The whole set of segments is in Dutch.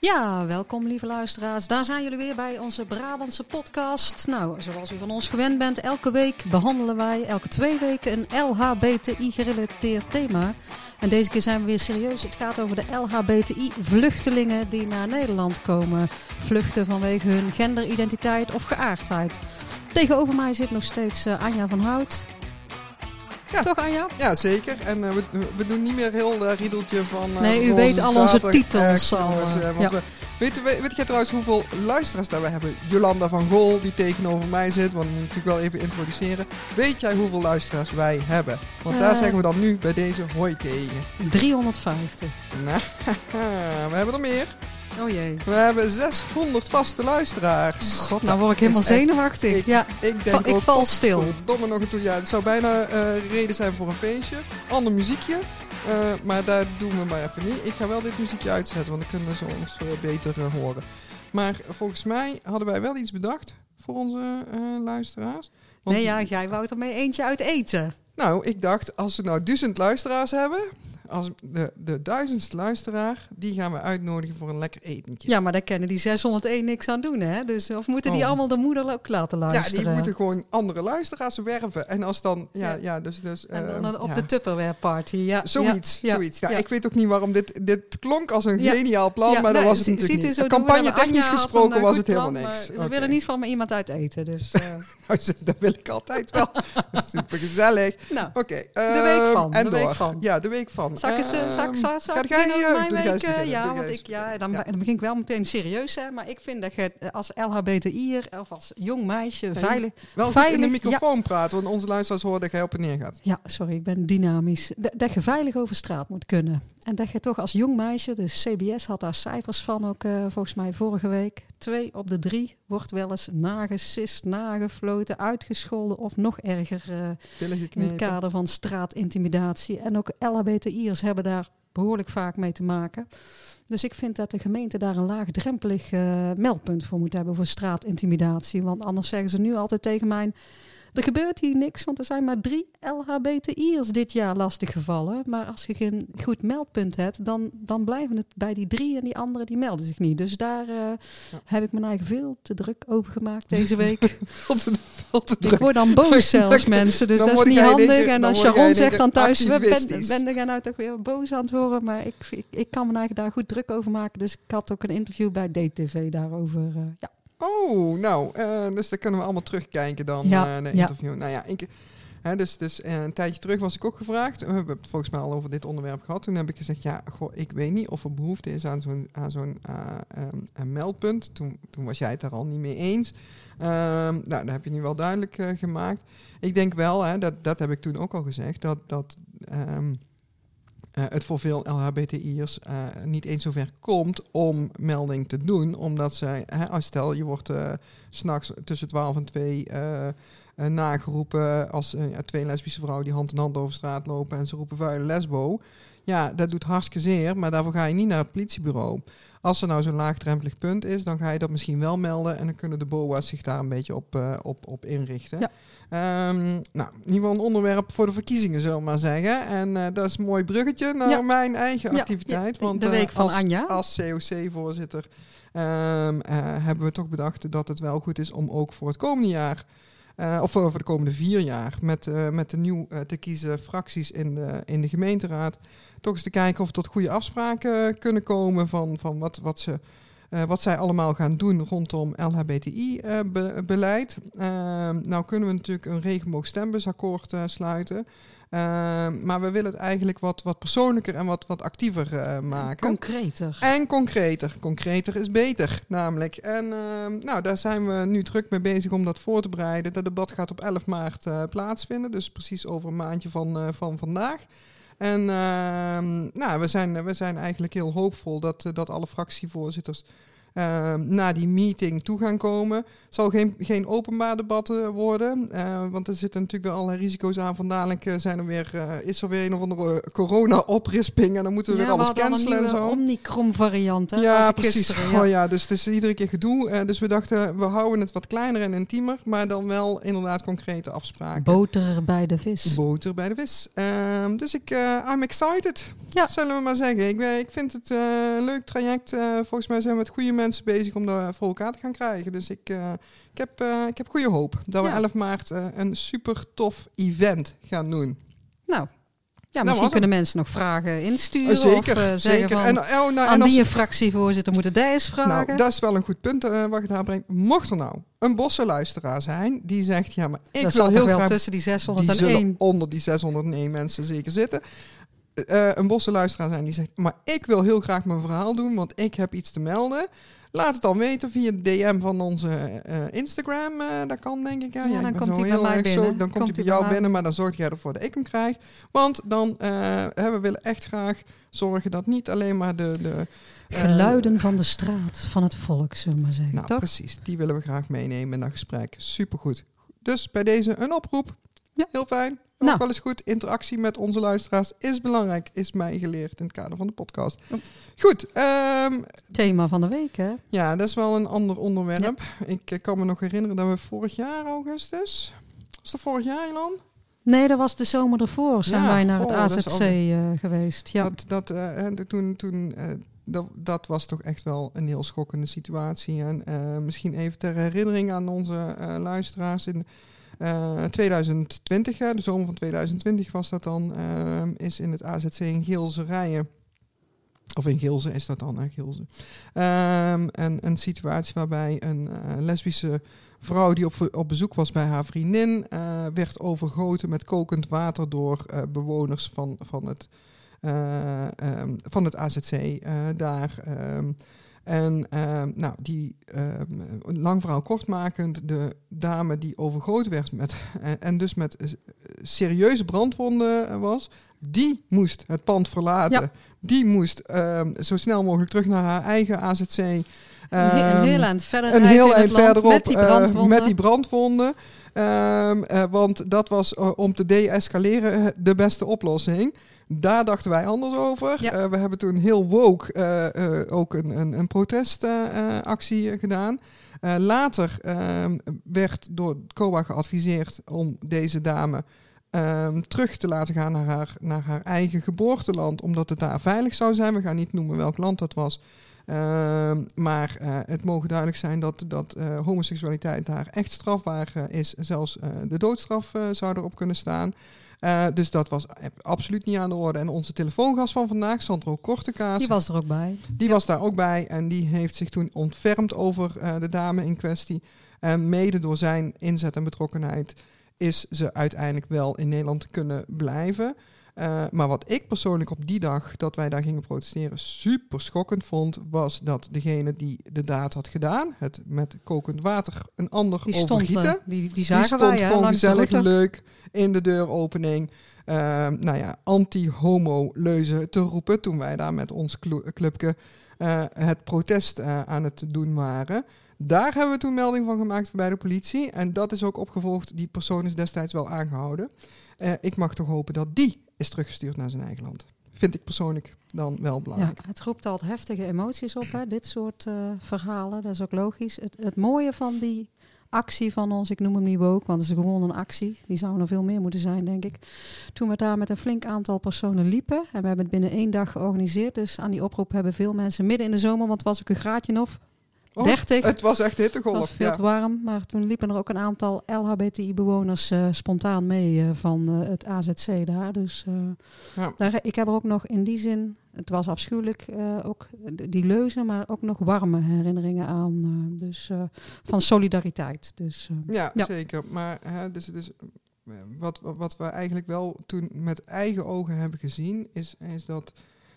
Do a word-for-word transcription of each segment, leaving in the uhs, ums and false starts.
Ja, welkom lieve luisteraars. Daar zijn jullie weer bij onze Brabantse podcast. Nou, zoals u van ons gewend bent, elke week behandelen wij, elke twee weken, een L H B T I-gerelateerd thema. En deze keer zijn we weer serieus. Het gaat over de L H B T I-vluchtelingen die naar Nederland komen. Vluchten vanwege hun genderidentiteit of geaardheid. Tegenover mij zit nog steeds uh, Anja van Hout. Ja. Toch, Anja? Ja, zeker. En uh, we, we doen niet meer heel uh, riedeltje van... Uh, nee, u weet al onze titels al. Uh, ja. we, weet, weet, weet jij trouwens hoeveel luisteraars daar we hebben? Jolanda van Gool, die tegenover mij zit. Want we moeten natuurlijk wel even introduceren. Weet jij hoeveel luisteraars wij hebben? Want uh, daar zeggen we dan nu bij deze hoi tegen. driehonderdvijftig. Nou, we hebben er meer. Oh jee. We hebben zeshonderd vaste luisteraars. God, nou word ik helemaal zenuwachtig. Ik, ja, ik, denk Va- ik val stil. Verdomme nog een toe. Ja, het zou bijna uh, reden zijn voor een feestje. Ander muziekje. Uh, maar daar doen we maar even niet. Ik ga wel dit muziekje uitzetten, want dan kunnen ze ons uh, beter uh, horen. Maar volgens mij hadden wij wel iets bedacht voor onze uh, luisteraars. Want, nee, ja, jij wou er mee eentje uit eten. Nou, ik dacht, als we nou duizend luisteraars hebben... Als de, de duizendste luisteraar, die gaan we uitnodigen voor een lekker etentje. Ja, maar daar kennen die zeshonderdéén niks aan doen, hè? Dus, of moeten die oh. allemaal de moeder ook laten luisteren? Ja, die moeten gewoon andere luisteraars werven. En als dan, ja, ja. ja dus... dus en uh, dan op ja. de Tupperware party, ja. Zoiets, ja. zoiets. Ja, ja. Ik weet ook niet waarom dit... Dit klonk als een ja. geniaal plan, ja, maar nou, dat was het z- natuurlijk niet. Zo campagne technisch gesproken een, was uh, het helemaal plan, niks. Ze okay. willen niet van me iemand uit eten, dus... Uh. Dat wil ik altijd wel. Super gezellig. Nou, okay, uh, de week van. En de door. week van. Ja, de week van. Zal ik eens... Uh, zal, zal, zal Gaat jij uh, mijn doe week? Beginnen, ja, doe want ik, ja, dan, ja. dan begin ik wel meteen serieus, hè. Maar ik vind dat je als L H B T I'er of als jong meisje ja, veilig... Wel veilig, goed in de microfoon ja. praten, want onze luisteraars horen dat jij op en neer gaat. Ja, sorry, ik ben dynamisch. D- dat je veilig over straat moet kunnen. En dat je toch als jong meisje, de C B S had daar cijfers van ook uh, volgens mij vorige week. Twee op de drie wordt wel eens nagesist, nagefloten, uitgescholden of nog erger uh, in het kader van straatintimidatie. En ook L H B T I'ers hebben daar behoorlijk vaak mee te maken. Dus ik vind dat de gemeente daar een laagdrempelig uh, meldpunt voor moet hebben voor straatintimidatie. Want anders zeggen ze nu altijd tegen mij... Er gebeurt hier niks, want er zijn maar drie L H B T I'ers dit jaar lastiggevallen. Maar als je geen goed meldpunt hebt, dan, dan blijven het bij die drie en die anderen die melden zich niet. Dus daar uh, ja. heb ik mijn eigen veel te druk over gemaakt deze week. veel te, veel te druk. Ik word dan boos zelfs mensen, dus dat is niet handig. Denken, en als Sharon zegt dan thuis, ben, ben ik nou toch weer boos aan het horen. Maar ik, ik, ik kan me eigenlijk daar goed druk over maken. Dus ik had ook een interview bij D T V daarover, uh, ja. Oh, nou, uh, dus daar kunnen we allemaal terugkijken dan ja, uh, naar ja. interview. Nou ja, ik, hè, dus, dus uh, een tijdje terug was ik ook gevraagd. We hebben het volgens mij al over dit onderwerp gehad. Toen heb ik gezegd, ja, goh, ik weet niet of er behoefte is aan zo'n, aan zo'n uh, um, een meldpunt. Toen, toen was jij het daar al niet mee eens. Um, nou, dat heb je nu wel duidelijk uh, gemaakt. Ik denk wel, hè, dat, dat heb ik toen ook al gezegd, dat... dat um, Uh, het voor veel L H B T I'ers uh, niet eens zover komt om melding te doen. Omdat zij, hè, als stel je wordt uh, 's nachts tussen twaalf en twee uh, uh, nageroepen als uh, ja, twee lesbische vrouwen die hand in hand over straat lopen en ze roepen vuile lesbo. Ja, dat doet hartstikke zeer, maar daarvoor ga je niet naar het politiebureau. Als er nou zo'n laagdrempelig punt is, dan ga je dat misschien wel melden en dan kunnen de B O A's zich daar een beetje op, uh, op, op inrichten. Ja. Um, nou, in ieder geval een onderwerp voor de verkiezingen, zullen we maar zeggen. En uh, dat is een mooi bruggetje naar ja. mijn eigen ja, activiteit. Ja, want de week uh, van als, Anja. Als C O C-voorzitter um, uh, hebben we toch bedacht dat het wel goed is om ook voor het komende jaar... Uh, of voor de komende vier jaar met, uh, met de nieuw uh, te kiezen fracties in de, in de gemeenteraad... toch eens te kijken of tot goede afspraken kunnen komen van, van wat, wat, ze, uh, wat zij allemaal gaan doen rondom L H B T I-beleid. Uh, uh, nou kunnen we natuurlijk een regenboogstembursakkoord uh, sluiten... Uh, maar we willen het eigenlijk wat, wat persoonlijker en wat, wat actiever uh, maken. Concreter. En concreter. Concreter is beter, namelijk. En uh, nou, daar zijn we nu druk mee bezig om dat voor te bereiden. Dat debat gaat op elf maart uh, plaatsvinden, dus precies over een maandje van, uh, van vandaag. En uh, nou, we, zijn, we zijn eigenlijk heel hoopvol dat, uh, dat alle fractievoorzitters uh, naar die meeting toe gaan komen. Het zal geen, geen openbaar debat uh, worden. Uh, want er zitten natuurlijk wel allerlei risico's aan. Van dadelijk uh, zijn er weer, uh, is er weer een of andere corona-oprisping. En dan moeten we ja, weer alles we cancelen en zo. Een Omicron-variant. Hè, ja, precies. Gisteren, ja. Oh ja, dus het is iedere keer gedoe. Uh, dus we dachten, we houden het wat kleiner en intiemer. Maar dan wel inderdaad concrete afspraken. Boter bij de vis. Boter bij de vis. Uh, dus ik, uh, I'm excited. Ja. Zullen we maar zeggen. Ik, ik vind het uh, een leuk traject. Uh, volgens mij zijn we met goede mensen bezig om dat voor elkaar te gaan krijgen. Dus ik, uh, ik, heb, uh, ik heb goede hoop dat we ja. elf maart uh, een super tof event gaan doen. Nou, ja, nou misschien kunnen mensen nog vragen insturen. Uh, zeker, of uh, zeggen zeker. van, En, oh, nou, aan en als, die een fractievoorzitter moeten daar eens vragen. Nou, dat is wel een goed punt uh, wat je daar brengt. Mocht er nou een bossenluisteraar zijn die zegt, ja, maar ik dat wil zat heel wel graag... tussen die zeshonderdéén. Die zullen onder die zeshonderdéén mensen zeker zitten. Uh, een bossenluisteraar zijn die zegt, maar ik wil heel graag mijn verhaal doen, want ik heb iets te melden. Laat het dan weten via de D M van onze uh, Instagram. Uh, dat kan, denk ik. Ja, ja, ja, dan ik komt hij heel bij mij erg binnen. Zo, dan komt, komt hij bij jou binnen, maar dan zorg jij ervoor dat ik hem krijg. Want dan uh, we willen echt graag zorgen dat niet alleen maar de... de uh, geluiden van de straat, van het volk, zullen we maar zeggen. Nou, toch? precies. Die willen we graag meenemen in dat gesprek. Supergoed. Dus bij deze een oproep. Ja. Heel fijn. Ook nou. wel eens goed. Interactie met onze luisteraars is belangrijk, is mij geleerd in het kader van de podcast. Oh. Goed. Um, Thema van de week, hè? Ja, dat is wel een ander onderwerp. Ja. Ik uh, kan me nog herinneren dat we vorig jaar, augustus... Was dat vorig jaar, Ilan? Nee, dat was de zomer ervoor. Zijn ja, wij naar oh, het A Z C al... uh, geweest. Ja. Dat, dat, uh, toen... toen uh, Dat, dat was toch echt wel een heel schokkende situatie. En uh, misschien even ter herinnering aan onze uh, luisteraars. In uh, twintig twintig, hè, de zomer van twintig twintig was dat dan, uh, is in het A Z C in Geelze Rijen. Of in Geelze is dat dan, hè, Geelze. Um, en een situatie waarbij een uh, lesbische vrouw die op, op bezoek was bij haar vriendin, uh, werd overgoten met kokend water door uh, bewoners van, van het... Uh, um, van het A Z C uh, daar. Um, en um, nou, die, um, lang verhaal kortmakend, de dame die overgoten werd met, en, en dus met uh, serieuze brandwonden was, die moest het pand verlaten. Ja. Die moest um, zo snel mogelijk terug naar haar eigen A Z C. Um, een heel eind verder een heel eind verderop met die brandwonden. Uh, met die brandwonden. Um, uh, want dat was uh, om te de-escaleren de beste oplossing. Daar dachten wij anders over. Ja. Uh, we hebben toen heel woke uh, uh, ook een, een, een protestactie uh, uh, gedaan. Uh, later uh, werd door C O A geadviseerd om deze dame uh, terug te laten gaan naar haar, naar haar eigen geboorteland. Omdat het daar veilig zou zijn. We gaan niet noemen welk land dat was. Uh, maar uh, het mogen duidelijk zijn dat, dat uh, homoseksualiteit daar echt strafbaar uh, is. Zelfs uh, de doodstraf uh, zou erop kunnen staan. Uh, dus dat was absoluut niet aan de orde. En onze telefoongast van vandaag, Sandro Kortekaas... Die was er ook bij. Die ja. was daar ook bij. En die heeft zich toen ontfermd over uh, de dame in kwestie. En mede door zijn inzet en betrokkenheid is ze uiteindelijk wel in Nederland kunnen blijven. Uh, maar wat ik persoonlijk op die dag dat wij daar gingen protesteren super schokkend vond, was dat degene die de daad had gedaan, het met kokend water een ander die overgieten, stond, die, die, zagen die stond wij, gewoon ja, gezellig leuk in de deuropening, uh, nou ja, anti-homo-leuzen te roepen toen wij daar met ons clubje uh, het protest uh, aan het doen waren. Daar hebben we toen melding van gemaakt bij de politie. En dat is ook opgevolgd. Die persoon is destijds wel aangehouden. Uh, ik mag toch hopen dat die is teruggestuurd naar zijn eigen land. Vind ik persoonlijk dan wel belangrijk. Ja, het roept altijd heftige emoties op, hè, dit soort uh, verhalen. Dat is ook logisch. Het, het mooie van die actie van ons, ik noem hem niet woke, want het is gewoon een actie. Die zou nog veel meer moeten zijn, denk ik. Toen we daar met een flink aantal personen liepen, en we hebben het binnen één dag georganiseerd. Dus aan die oproep hebben veel mensen midden in de zomer, want het was ook een graadje of Oh, dertig. Het was echt hittegolf. Het was veel ja. te warm, maar toen liepen er ook een aantal L H B T I-bewoners uh, spontaan mee uh, van uh, het A Z C daar. Dus uh, ja. daar, ik heb er ook nog in die zin, het was afschuwelijk, uh, ook die leuzen, maar ook nog warme herinneringen aan. Uh, dus uh, van solidariteit. Dus, uh, ja, ja, zeker. Maar hè, dus, dus, wat, wat we eigenlijk wel toen met eigen ogen hebben gezien, is, is dat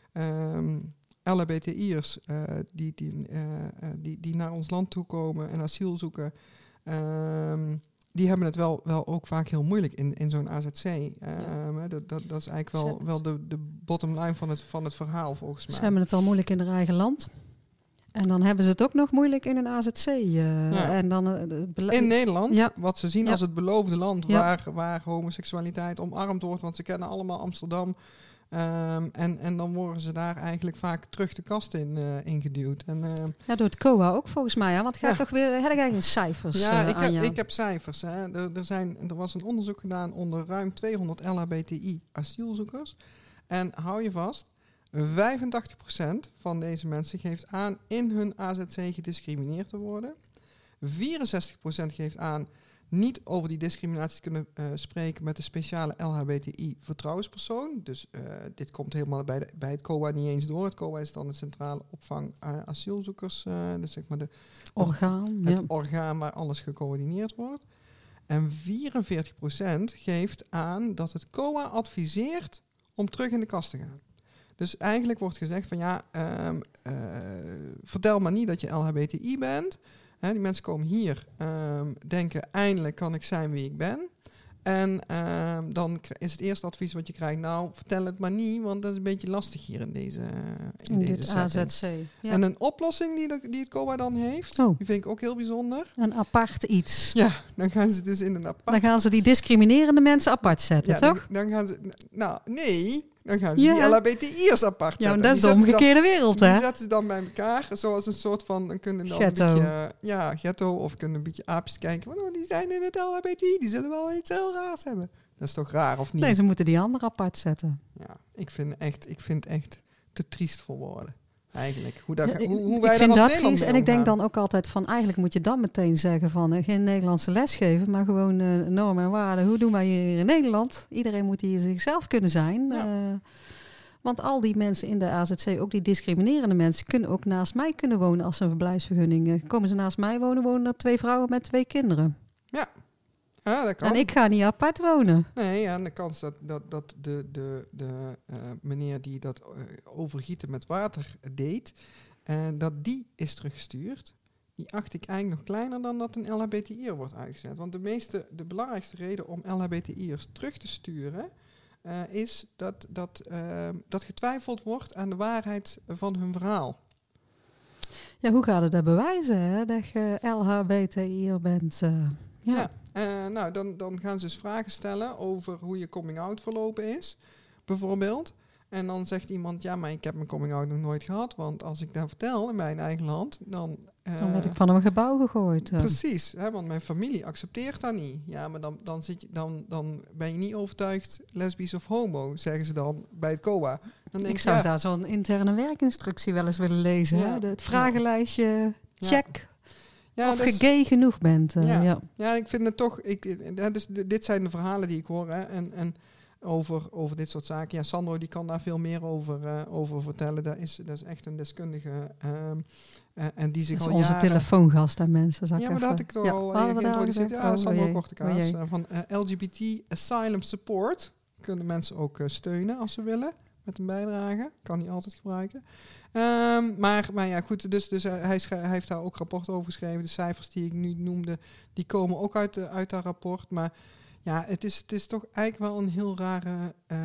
Um, L H B T I'ers uh, die, die, uh, die, die naar ons land toe komen en asiel zoeken, um, die hebben het wel, wel ook vaak heel moeilijk in, in zo'n A Z C. Um, ja. dat, dat, dat is eigenlijk wel, wel de, de bottom line van het, van het verhaal volgens mij. Ze hebben het al moeilijk in hun eigen land. En dan hebben ze het ook nog moeilijk in een A Z C. Uh, ja. en dan, uh, het bele- in Nederland, ja. wat ze zien ja. als het beloofde land ja. waar, waar homoseksualiteit omarmd wordt. Want ze kennen allemaal Amsterdam. Um, en, en dan worden ze daar eigenlijk vaak terug de kast in uh, ingeduwd. En, uh, ja, door het C O A ook volgens mij. Ja? Want ga je ja. toch weer, heb jij geen cijfers Ja, uh, ik, aan heb, jou? ik heb cijfers. Hè. Er, er, zijn, er was een onderzoek gedaan onder ruim tweehonderd L H B T I asielzoekers. En hou je vast, vijfentachtig procent van deze mensen geeft aan in hun A Z C gediscrimineerd te worden. vierenzestig procent geeft aan niet over die discriminatie te kunnen uh, spreken met een speciale L H B T I-vertrouwenspersoon. Dus uh, dit komt helemaal bij, de, bij het C O A niet eens door. Het C O A is dan het Centrale Opvang uh, Asielzoekers, uh, dus zeg maar de orgaan, het ja. orgaan waar alles gecoördineerd wordt. En vierenveertig procent geeft aan dat het C O A adviseert om terug in de kast te gaan. Dus eigenlijk wordt gezegd van ja, um, uh, vertel maar niet dat je L H B T I bent. He, die mensen komen hier, um, denken eindelijk kan ik zijn wie ik ben. En um, dan k- is het eerste advies wat je krijgt, nou vertel het maar niet, want dat is een beetje lastig hier in deze in, in deze dit setting. A Z C. Ja. En een oplossing die, de, die het C O A dan heeft, oh. die vind ik ook heel bijzonder. Een apart iets. Ja, dan gaan ze dus in een apart... Dan gaan ze die discriminerende mensen apart zetten, ja, toch? Dan, dan gaan ze... Nou, nee... Dan gaan ze ja. die L H B T I'ers apart Ja, zetten. dat is de omgekeerde wereld, hè? Die zetten ze dan bij elkaar, zoals een soort van... Dan kunnen dan ghetto. een beetje... Ja, ghetto. Of kunnen een beetje aapjes kijken. Want oh, die zijn in het L H B T I. Die zullen wel iets heel raars hebben. Dat is toch raar, of niet? Nee, ze moeten die anderen apart zetten. Ja, ik vind echt, ik vind echt te triest voor woorden. Eigenlijk. Hoe, dat, Ja, hoe, hoe ik wij vind daar als dat Nederland triest. mee En ik denk omgaan. dan ook altijd van... Eigenlijk moet je dan meteen zeggen van... Uh, geen Nederlandse les geven, maar gewoon uh, normen en waarden. Hoe doen wij hier in Nederland? Iedereen moet hier zichzelf kunnen zijn. Ja. Uh, Want al die mensen in de A Z C, ook die discriminerende mensen... kunnen ook naast mij kunnen wonen als ze een verblijfsvergunning... Uh, komen ze naast mij wonen, wonen er twee vrouwen met twee kinderen. Ja. Ja, dat kan. En ik ga niet apart wonen. Nee, ja, en de kans dat, dat, dat de, de, de uh, meneer die dat uh, overgieten met water deed... Uh, dat die is teruggestuurd... die acht ik eigenlijk nog kleiner dan dat een L H B T I'er wordt uitgezet. Want de, meeste, de belangrijkste reden om L H B T I'ers terug te sturen... Uh, is dat, dat, uh, dat getwijfeld wordt aan de waarheid van hun verhaal. Ja, hoe gaat het dat bewijzen, hè? Dat je L H B T I'er bent? Uh, ja. ja uh, nou, dan, dan gaan ze eens vragen stellen over hoe je coming-out verlopen is, bijvoorbeeld. En dan zegt iemand, ja, maar ik heb mijn coming-out nog nooit gehad. Want als ik dat vertel in mijn eigen land, dan... Uh, dan word ik van een gebouw gegooid. Uh. Precies, hè, want mijn familie accepteert dat niet. Ja, maar dan, dan, zit je, dan, dan ben je niet overtuigd lesbisch of homo, zeggen ze dan bij het C O A. Dan denk ik zou ja, daar zo'n interne werkinstructie wel eens willen lezen. Ja. Hè? De, het vragenlijstje, check. Ja, of dus, je gay genoeg bent. Uh, ja. ja. ja, ik vind het toch... Ik, dus dit zijn de verhalen die ik hoor. Hè, en... en Over, over dit soort zaken. Ja, Sandro die kan daar veel meer over, uh, over vertellen. Dat is, dat is echt een deskundige. Um, uh, en die zich dat is al onze jaren... telefoongast aan mensen. Ja, maar even... dat had ik toch ja, al uh, geïntroduceerd. Ja, oh, Sandro oh Kortekaas. Uh, van uh, L G B T Asylum Support. Kunnen mensen ook uh, steunen als ze willen. Met een bijdrage. Kan niet altijd gebruiken. Um, maar, maar ja, goed. Dus, dus uh, hij, schrijf, hij heeft daar ook rapport over geschreven. De cijfers die ik nu noemde, die komen ook uit, uh, uit dat rapport. Maar... Ja, het is, het is toch eigenlijk wel een heel rare uh,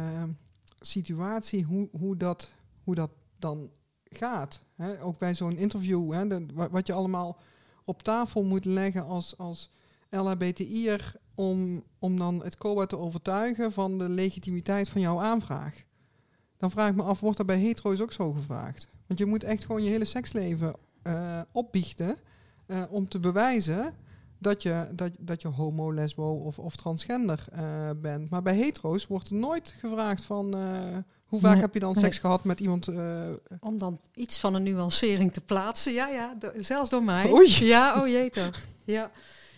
situatie hoe, hoe, dat, hoe dat dan gaat. Hè? Ook bij zo'n interview, hè, de, wat je allemaal op tafel moet leggen als, als L H B T I'er om, om dan het C O A te overtuigen van de legitimiteit van jouw aanvraag. Dan vraag ik me af, wordt dat bij hetero's ook zo gevraagd? Want je moet echt gewoon je hele seksleven uh, opbiechten uh, om te bewijzen... Dat je, dat, dat je homo, lesbo of, of transgender uh, bent. Maar bij hetero's wordt er nooit gevraagd van... Uh, hoe vaak nee, heb je dan nee. seks gehad met iemand... Uh, Om dan iets van een nuancering te plaatsen. Ja, ja, do- zelfs door mij. Oei. Ja, oh jee toch. Ja.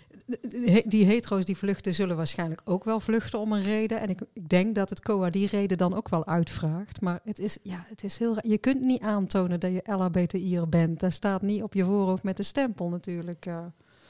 Die hetero's die vluchten zullen waarschijnlijk ook wel vluchten om een reden. En ik, ik denk dat het C O A die reden dan ook wel uitvraagt. Maar het is, ja, het is heel raar. Je kunt niet aantonen dat je L H B T I'er bent. Dat staat niet op je voorhoofd met de stempel natuurlijk. Uh.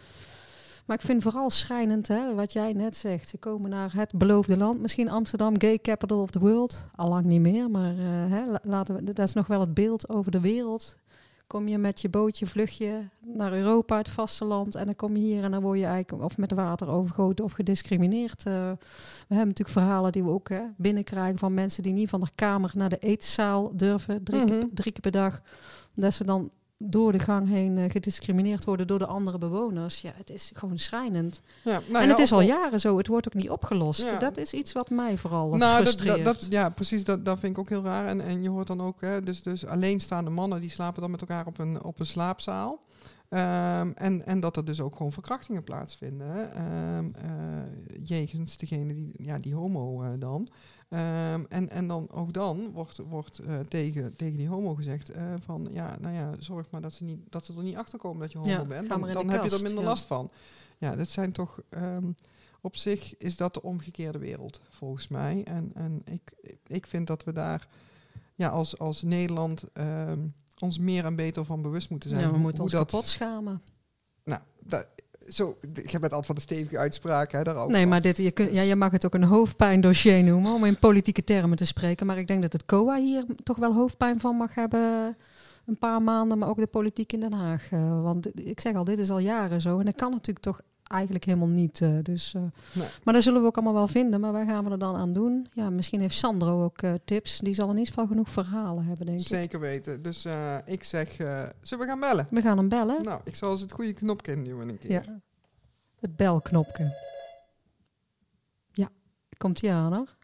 Maar ik vind vooral schrijnend, hè, wat jij net zegt. Ze komen naar het beloofde land. Misschien Amsterdam, gay capital of the world. Allang niet meer, maar uh, hè, laten we, dat is nog wel het beeld over de wereld. Kom je met je bootje, vlucht je naar Europa, het vasteland... en dan kom je hier en dan word je eigenlijk of met water overgoten of gediscrimineerd. Uh, we hebben natuurlijk verhalen die we ook hè, binnenkrijgen... van mensen die niet van de kamer naar de eetzaal durven, drie, mm-hmm. keer, drie keer per dag. Dat ze dan... door de gang heen uh, gediscrimineerd worden door de andere bewoners. Ja, het is gewoon schrijnend. Ja, nou en ja, het is al al... jaren zo, het wordt ook niet opgelost. Ja. Dat is iets wat mij vooral nou, frustreert. Dat, dat, dat, ja, precies, dat, dat vind ik ook heel raar. En, en je hoort dan ook, hè, dus, dus alleenstaande mannen, die slapen dan met elkaar op een, op een slaapzaal. Um, en, en dat er dus ook gewoon verkrachtingen plaatsvinden. Hè? Um, uh, jegens degene die, ja, die homo uh, dan. Um, en, en dan ook dan wordt, wordt uh, tegen, tegen die homo gezegd uh, van ja, nou ja, zorg maar dat ze, niet, dat ze er niet achter komen dat je homo ja, bent. Dan, dan heb kast, je er minder ja. last van. Ja, dat zijn toch um, op zich is dat de omgekeerde wereld volgens mij. En, en ik, ik vind dat we daar ja, als, als Nederland um, ons meer en beter van bewust moeten zijn. Ja, we hoe, moeten hoe ons dat, kapot schamen. Nou, dat, zo, ik heb het altijd van de stevige uitspraak. Hè, daar ook nee, van. maar dit, je, kun, ja, je mag het ook een hoofdpijndossier noemen, om in politieke termen te spreken. Maar ik denk dat het C O A hier toch wel hoofdpijn van mag hebben een paar maanden, maar ook de politiek in Den Haag. Uh, want ik zeg al, dit is al jaren zo. En dat kan natuurlijk toch eigenlijk helemaal niet. Uh, dus, uh, nee. Maar dat zullen we ook allemaal wel vinden. Maar waar gaan we er dan aan doen? Ja, misschien heeft Sandro ook uh, tips. Die zal in ieder geval genoeg verhalen hebben, denk Zeker ik. Zeker weten. Dus uh, ik zeg, uh, zullen we gaan bellen? We gaan hem bellen. Nou, ik zal eens het goede knopje induwen een keer. Ja, het belknopje. Ja, komt ie aan hoor.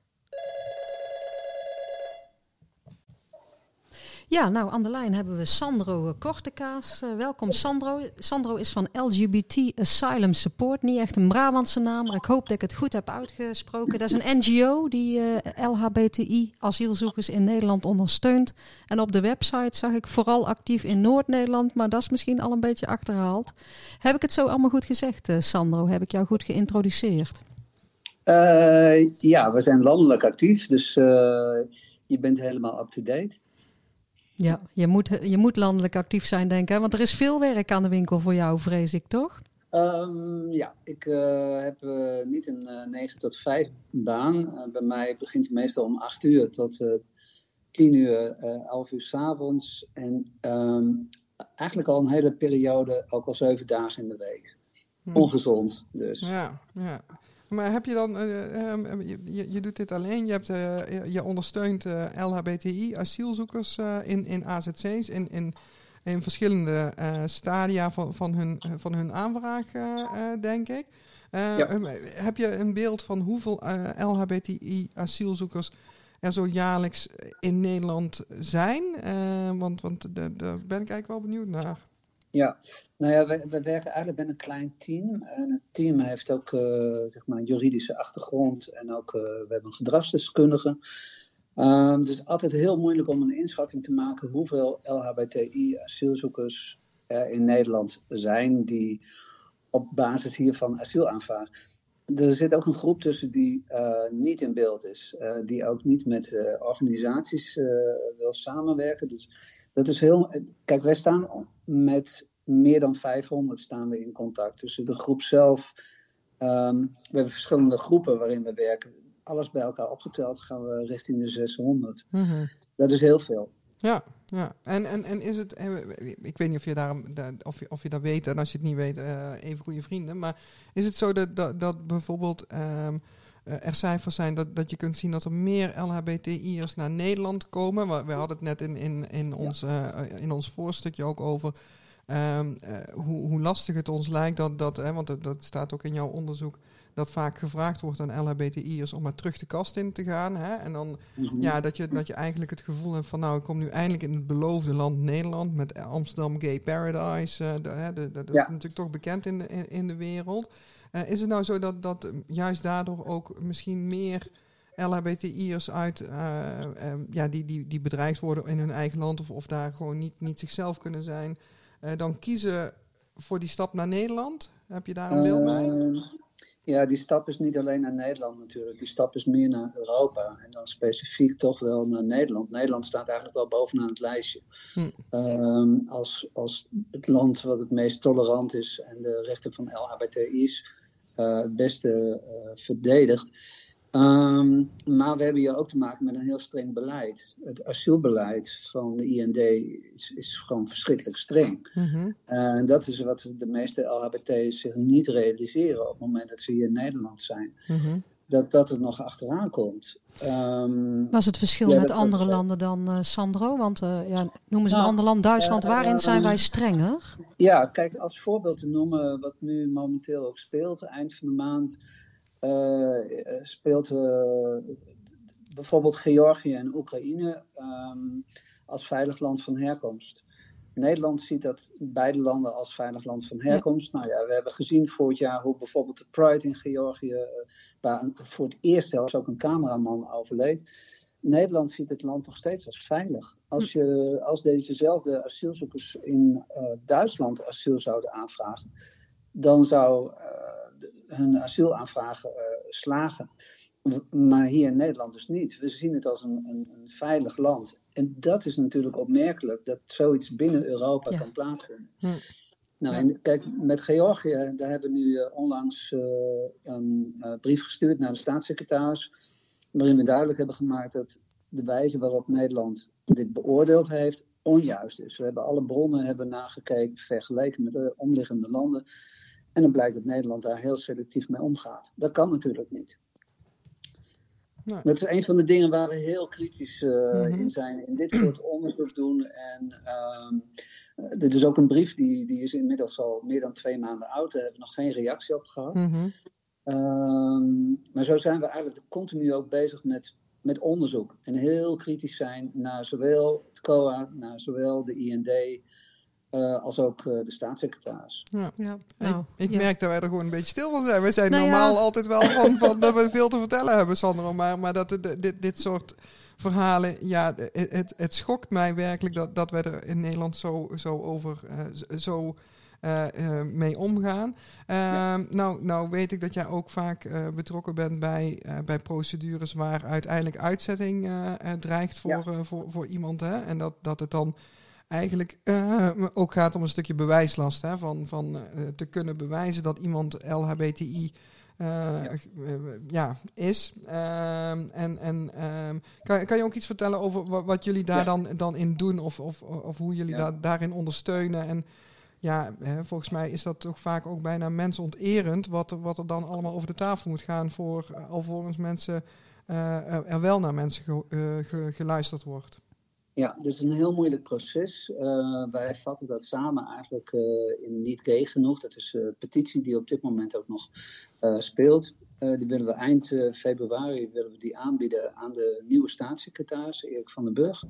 Ja, nou aan de lijn hebben we Sandro Kortekaas. Uh, welkom Sandro. Sandro is van L G B T Asylum Support. Niet echt een Brabantse naam, maar ik hoop dat ik het goed heb uitgesproken. Dat is een N G O die uh, L H B T I asielzoekers in Nederland ondersteunt. En op de website zag ik vooral actief in Noord-Nederland, maar dat is misschien al een beetje achterhaald. Heb ik het zo allemaal goed gezegd, uh, Sandro? Heb ik jou goed geïntroduceerd? Uh, ja, we zijn landelijk actief, dus uh, je bent helemaal up-to-date. Ja, je moet, je moet landelijk actief zijn, denk ik. Want er is veel werk aan de winkel voor jou, vrees ik, toch? Um, ja, ik uh, heb uh, niet een uh, negen tot vijf baan. Uh, bij mij begint het meestal om acht uur tot uh, tien uur, uh, elf uur 's avonds. En um, eigenlijk al een hele periode, ook al zeven dagen in de week. Hm. Ongezond, dus. Ja, ja. Maar heb je dan, uh, um, je, je doet dit alleen, je, hebt, uh, je ondersteunt uh, L H B T I asielzoekers uh, in, in A Z C's, in, in, in verschillende uh, stadia van, van, hun, van hun aanvraag, uh, uh, denk ik. Uh, ja. um, heb je een beeld van hoeveel uh, L H B T I asielzoekers er zo jaarlijks in Nederland zijn? Uh, want want daar ben ik eigenlijk wel benieuwd naar. Ja, nou ja, we, we werken eigenlijk met een klein team. En het team heeft ook uh, zeg maar een juridische achtergrond en ook uh, we hebben een gedragsdeskundige. Um, dus altijd heel moeilijk om een inschatting te maken hoeveel L H B T I-asielzoekers er in Nederland zijn die op basis hiervan asiel aanvragen. Er zit ook een groep tussen die uh, niet in beeld is, uh, die ook niet met uh, organisaties uh, wil samenwerken. Dus dat is heel. Kijk, wij staan met meer dan vijfhonderd staan we in contact. Dus de groep zelf, um, we hebben verschillende groepen waarin we werken. Alles bij elkaar opgeteld gaan we richting de zeshonderd. Mm-hmm. Dat is heel veel. Ja, ja. En, en, en is het, ik weet niet of je, daar, of, je, of je dat weet, en als je het niet weet, uh, even goede vrienden. Maar is het zo dat, dat, dat bijvoorbeeld um, uh, er cijfers zijn dat, dat je kunt zien dat er meer L H B T I'ers naar Nederland komen? We, we hadden het net in, in, in, ons, uh, in ons voorstukje ook over um, uh, hoe, hoe lastig het ons lijkt, dat, dat, hè, want dat, dat staat ook in jouw onderzoek, dat vaak gevraagd wordt aan L H B T I'ers om maar terug de kast in te gaan. Hè? En dan mm-hmm. ja, dat je, dat je eigenlijk het gevoel hebt van nou, ik kom nu eindelijk in het beloofde land Nederland met Amsterdam Gay Paradise. Uh, de, hè, de, de, dat ja. is natuurlijk toch bekend in de, in, in de wereld. Uh, is het nou zo dat, dat juist daardoor ook misschien meer L H B T I'ers uit, uh, uh, ja, die, die, die bedreigd worden in hun eigen land of, of daar gewoon niet, niet zichzelf kunnen zijn, uh, dan kiezen voor die stap naar Nederland? Heb je daar een beeld bij? Uh, Ja, die stap is niet alleen naar Nederland natuurlijk. Die stap is meer naar Europa. En dan specifiek toch wel naar Nederland. Nederland staat eigenlijk wel bovenaan het lijstje. Hm. Um, als, als het land wat het meest tolerant is en de rechten van L H B T I's uh, het beste uh, verdedigt. Um, maar we hebben hier ook te maken met een heel streng beleid. Het asielbeleid van de I N D is, is gewoon verschrikkelijk streng. Mm-hmm. En dat is wat de meeste L H B T's zich niet realiseren op het moment dat ze hier in Nederland zijn. Mm-hmm. dat dat er nog achteraan komt. Um, Was het verschil ja, met dat, andere dat, landen dan, uh, Sandro? Want uh, ja, noemen ze nou, een ander land, Duitsland. uh, Waarin zijn wij strenger? Ja, kijk, als voorbeeld te noemen wat nu momenteel ook speelt. Eind van de maand uh, speelt uh, bijvoorbeeld Georgië en Oekraïne um, als veilig land van herkomst. Nederland ziet dat beide landen als veilig land van herkomst. Ja. Nou ja, we hebben gezien vorig jaar hoe bijvoorbeeld de Pride in Georgië, uh, waar een, voor het eerst zelfs ook een cameraman overleed. Nederland ziet het land nog steeds als veilig. Als, je, als dezezelfde asielzoekers in uh, Duitsland asiel zouden aanvragen, dan zou uh, de, hun asielaanvragen uh, slagen. Maar hier in Nederland dus niet. We zien het als een, een, een veilig land. En dat is natuurlijk opmerkelijk, dat zoiets binnen Europa ja. kan plaatsvinden. Hm. Nou, en kijk, met Georgië, daar hebben we nu uh, onlangs uh, een uh, brief gestuurd naar de staatssecretaris, waarin we duidelijk hebben gemaakt dat de wijze waarop Nederland dit beoordeeld heeft onjuist is. We hebben alle bronnen hebben nagekeken, vergeleken met de omliggende landen. En dan blijkt dat Nederland daar heel selectief mee omgaat. Dat kan natuurlijk niet. Nee. Dat is een van de dingen waar we heel kritisch uh, mm-hmm. in zijn. In dit soort onderzoek doen. En um, uh, dit is ook een brief die, die is inmiddels al meer dan twee maanden oud. Daar hebben we nog geen reactie op gehad. Mm-hmm. Um, maar zo zijn we eigenlijk continu ook bezig met, met onderzoek. En heel kritisch zijn naar zowel het C O A, naar zowel de I N D... Uh, als ook uh, de staatssecretaris. Ja. Ja, nou, ik ik ja. merk dat wij er gewoon een beetje stil van zijn. We zijn nou normaal ja. altijd wel van, van dat we veel te vertellen hebben, Sandro. Maar, maar dat de, dit, dit soort verhalen, ja, het, het, het schokt mij werkelijk dat, dat wij er in Nederland zo, zo over uh, zo uh, uh, mee omgaan. Uh, ja. nou, nou weet ik dat jij ook vaak uh, betrokken bent bij, uh, bij procedures waar uiteindelijk uitzetting uh, uh, dreigt voor, ja. uh, voor, voor iemand. Hè? En dat, dat het dan eigenlijk uh, ook gaat om een stukje bewijslast. Hè, van van uh, te kunnen bewijzen dat iemand L H B T I uh, ja. Uh, ja, is. Uh, en en uh, kan, kan je ook iets vertellen over wat, wat jullie daar ja. dan, dan in doen? Of, of, of hoe jullie ja. da- daarin ondersteunen? En ja, hè, volgens mij is dat toch vaak ook bijna mensonterend wat er, wat er dan allemaal over de tafel moet gaan voor uh, alvorens mensen uh, er wel naar mensen ge, uh, ge, geluisterd wordt. Ja, dit is een heel moeilijk proces. Uh, wij vatten dat samen eigenlijk uh, in Niet Gay Genoeg. Dat is een petitie die op dit moment ook nog uh, speelt. Uh, die willen we eind uh, februari willen we die aanbieden aan de nieuwe staatssecretaris, Erik van den Burg.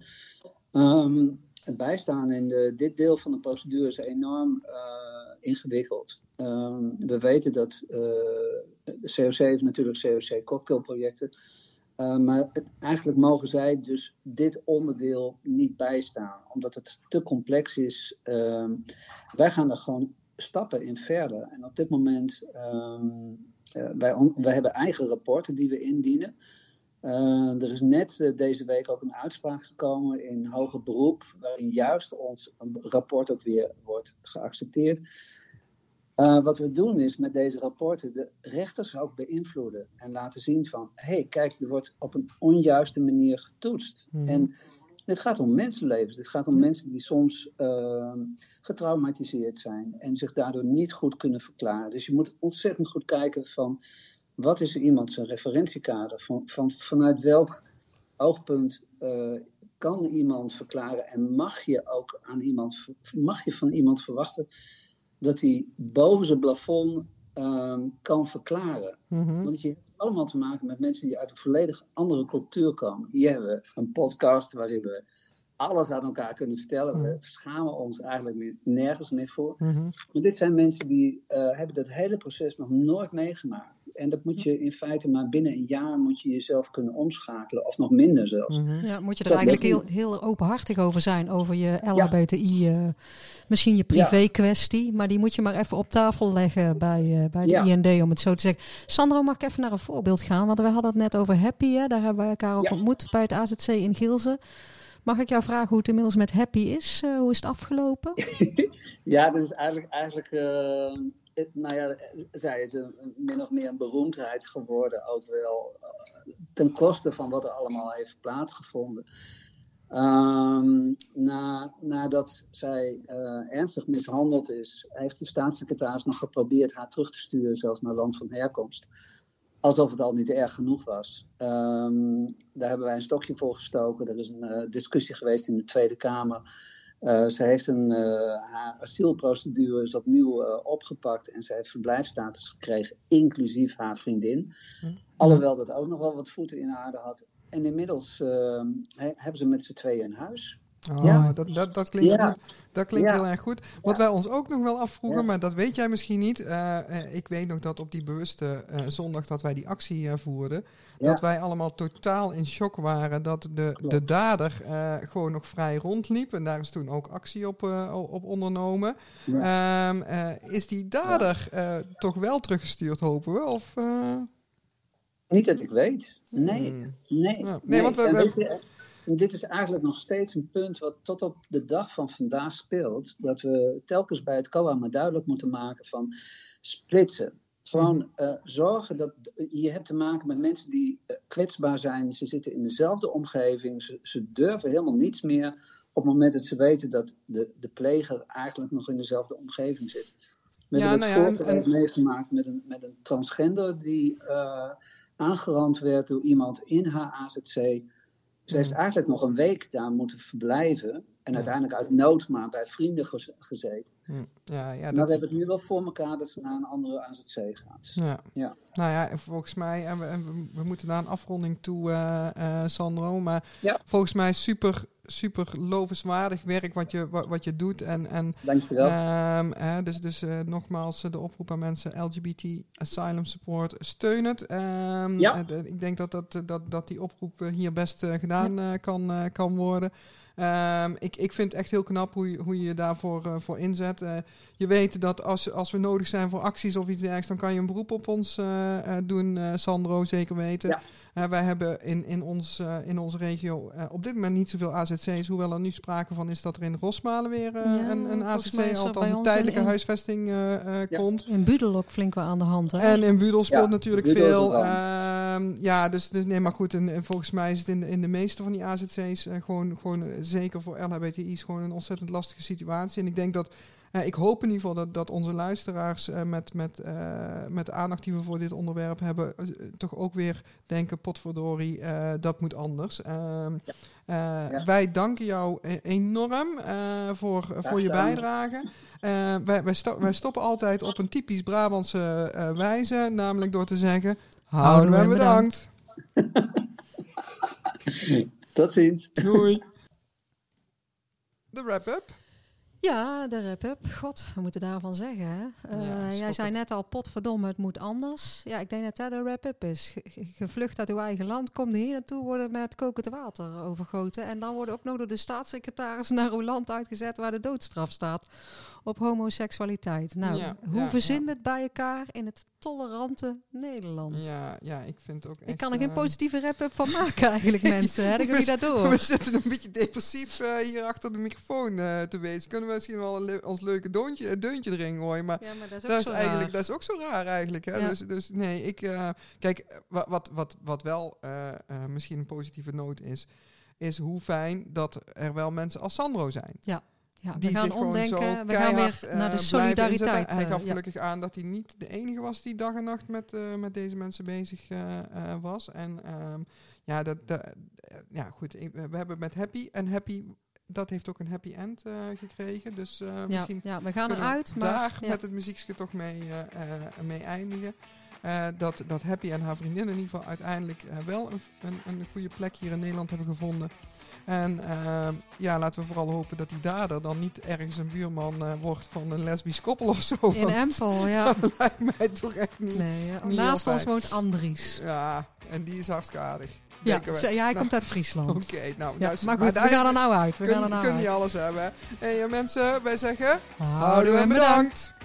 Um, het bijstaan in de, dit deel van de procedure is enorm uh, ingewikkeld. Um, we weten dat uh, de C O C heeft natuurlijk C O C cocktailprojecten. Uh, maar het, eigenlijk mogen zij dus dit onderdeel niet bijstaan, omdat het te complex is. Uh, wij gaan er gewoon stappen in verder. En op dit moment, um, uh, wij, on, wij hebben eigen rapporten die we indienen. Uh, er is net uh, deze week ook een uitspraak gekomen in hoger beroep, waarin juist ons rapport ook weer wordt geaccepteerd. Uh, wat we doen is met deze rapporten de rechters ook beïnvloeden en laten zien van, hé, hey, kijk, er wordt op een onjuiste manier getoetst. Mm-hmm. En dit gaat om mensenlevens, dit gaat om mm-hmm. mensen die soms uh, getraumatiseerd zijn en zich daardoor niet goed kunnen verklaren. Dus je moet ontzettend goed kijken van, wat is er iemand zijn referentiekader? Van, van, vanuit welk oogpunt uh, kan iemand verklaren en mag je ook aan iemand, mag je van iemand verwachten dat hij boven zijn plafond um, kan verklaren. Mm-hmm. Want je hebt allemaal te maken met mensen die uit een volledig andere cultuur komen. Hier hebben we een podcast waarin we alles aan elkaar kunnen vertellen. Mm-hmm. We schamen ons eigenlijk meer, nergens meer voor. Mm-hmm. Maar dit zijn mensen die uh, hebben dat hele proces nog nooit meegemaakt. En dat moet je in feite maar binnen een jaar moet je jezelf kunnen omschakelen. Of nog minder zelfs. Mm-hmm. Ja, moet je er dat eigenlijk heel, heel openhartig over zijn. Over je L H B T I. Ja. Uh, misschien je privé kwestie. Ja. Maar die moet je maar even op tafel leggen bij, uh, bij de ja. I N D. Om het zo te zeggen. Sandro, mag ik even naar een voorbeeld gaan? Want we hadden het net over Happy. Hè? Daar hebben we elkaar ook ja. ontmoet bij het A Z C in Gielsen. Mag ik jou vragen hoe het inmiddels met Happy is? Uh, hoe is het afgelopen? Ja, dat is eigenlijk... eigenlijk uh... Nou ja, zij is een, min of meer een beroemdheid geworden, ook wel uh, ten koste van wat er allemaal heeft plaatsgevonden. Um, na, nadat zij uh, ernstig mishandeld is, heeft de staatssecretaris nog geprobeerd haar terug te sturen, zelfs naar land van herkomst. alsof het al niet erg genoeg was. Um, daar hebben wij een stokje voor gestoken. Er is een uh, discussie geweest in de Tweede Kamer. Uh, ze heeft een, uh, haar asielprocedure is opnieuw uh, opgepakt en ze heeft verblijfsstatus gekregen, inclusief haar vriendin. Hm. Alhoewel dat ook nog wel wat voeten in aarde had. En inmiddels uh, he, hebben ze met z'n tweeën een huis. Oh, ja. dat, dat, dat klinkt, ja. goed. Dat klinkt ja. heel erg goed. Wat ja. wij ons ook nog wel afvroegen, ja. maar dat weet jij misschien niet. Uh, uh, ik weet nog dat op die bewuste uh, zondag dat wij die actie uh, voerden, ja. dat wij allemaal totaal in shock waren dat de, de dader uh, gewoon nog vrij rondliep. En daar is toen ook actie op, uh, op ondernomen. Ja. Um, uh, is die dader uh, toch wel teruggestuurd, hopen we? Of, uh... Niet dat ik weet. Nee. Hmm. Nee. Ja. nee, want we... we Dit is eigenlijk nog steeds een punt wat tot op de dag van vandaag speelt. Dat we telkens bij het C O A maar duidelijk moeten maken van splitsen. Gewoon uh, zorgen dat je hebt te maken met mensen die uh, kwetsbaar zijn. Ze zitten in dezelfde omgeving. Ze, ze durven helemaal niets meer op het moment dat ze weten dat de, de pleger eigenlijk nog in dezelfde omgeving zit. We ja, hebben het nou ja, vorige week meegemaakt met een, met een transgender die uh, aangerand werd door iemand in haar A Z C. Ze heeft eigenlijk nog een week daar moeten verblijven. En ja. uiteindelijk uit nood maar bij vrienden gez- gezeten. Ja, ja, maar dat... we hebben het nu wel voor elkaar dat ze naar een andere A Z C gaat. Ja. Ja. Nou ja, volgens mij, en we, en we, we moeten naar een afronding toe, uh, uh, Sandro. Maar ja. volgens mij super, super lovenswaardig werk wat je, wat, wat je doet. En, en, Dankjewel. Um, uh, dus dus uh, nogmaals de oproep aan mensen, L G B T Asylum Support, steun het. Um, ja. uh, ik denk dat, dat, dat, dat die oproep hier best uh, gedaan ja. uh, kan, uh, kan worden. Um, ik, ik vind het echt heel knap hoe je, hoe je je daarvoor uh, voor inzet. Uh, je weet dat als, als we nodig zijn voor acties of iets dergelijks, dan kan je een beroep op ons uh, uh, doen, uh, Sandro, zeker weten. Ja. Uh, wij hebben in, in, ons, uh, in onze regio uh, op dit moment niet zoveel A Z C's, hoewel er nu sprake van is dat er in Rosmalen weer uh, ja, een, een A Z C, althans een tijdelijke in, huisvesting uh, uh, ja. komt. In Budel ook flink wel aan de hand, hè? En in Budel speelt ja, natuurlijk Budel veel. Uh, ja, dus, dus nee, maar goed, en, en volgens mij is het in de, in de meeste van die A Z C's uh, gewoon, gewoon uh, zeker voor L H B T I's gewoon een ontzettend lastige situatie. En ik denk dat Uh, ik hoop in ieder geval dat, dat onze luisteraars uh, met, met, uh, met de aandacht die we voor dit onderwerp hebben, uh, toch ook weer denken, potverdorie, uh, dat moet anders. Uh, ja. Uh, ja. Wij danken jou enorm uh, voor, ja, voor je bijdrage. Uh, wij, wij, sto- wij stoppen altijd op een typisch Brabantse uh, wijze, namelijk door te zeggen, houden we bedankt. Tot ziens. Doei. De wrap-up. Ja, de wrap-up. God, we moeten daarvan zeggen. Hè? Uh, ja, jij zei net al, potverdomme, het moet anders. Ja, ik denk dat dat de wrap-up is. Ge- gevlucht uit uw eigen land, kom hier naartoe, worden met kokend water overgoten. En dan worden ook nog door de staatssecretaris naar uw land uitgezet waar de doodstraf staat op homoseksualiteit. Nou, ja, hoe ja, verzin ja. het bij elkaar in het tolerante Nederland? Ja, ja, ik vind ook echt... Ik kan er geen positieve wrap-up van maken eigenlijk, mensen. Hè? Dan kun je dat door. We zitten een beetje depressief uh, hier achter de microfoon uh, te wezen. Kunnen we misschien wel le- ons leuke doontje, deuntje erin gooien, maar, ja, maar dat is, dat is eigenlijk dat is ook zo raar eigenlijk. Hè? Ja. Dus, dus nee, ik... Uh, kijk, wat, wat, wat, wat wel uh, uh, misschien een positieve noot is, is hoe fijn dat er wel mensen als Sandro zijn. Ja. Ja, we die gaan zich omdenken, we gaan weer uh, naar de solidariteit. Hij gaf uh, gelukkig ja. aan dat hij niet de enige was die dag en nacht met, uh, met deze mensen bezig uh, uh, was. En um, ja, dat, dat, ja, goed, we hebben met Happy en Happy, dat heeft ook een happy end uh, gekregen. Dus uh, ja, misschien ja, we gaan eruit, we maar daar ja. met het muziekje toch mee, uh, uh, mee eindigen. Uh, dat, dat Happy en haar vriendin in ieder geval uiteindelijk uh, wel een, een, een goede plek hier in Nederland hebben gevonden. En uh, ja, laten we vooral hopen dat die dader dan niet ergens een buurman uh, wordt van een lesbisch koppel of zo. In Empel, ja. Dat lijkt mij toch echt niet. Nee, ja. niet naast ons woont Andries. Ja, en die is hartstikke aardig. Ja, ja, hij nou, komt uit Friesland. Oké, okay, nou, ja, juist, maar goed, maar we gaan er nou uit. We kun, gaan er nou kun uit. niet alles hebben. Hé hey, mensen, wij zeggen, houden we bedankt. bedankt.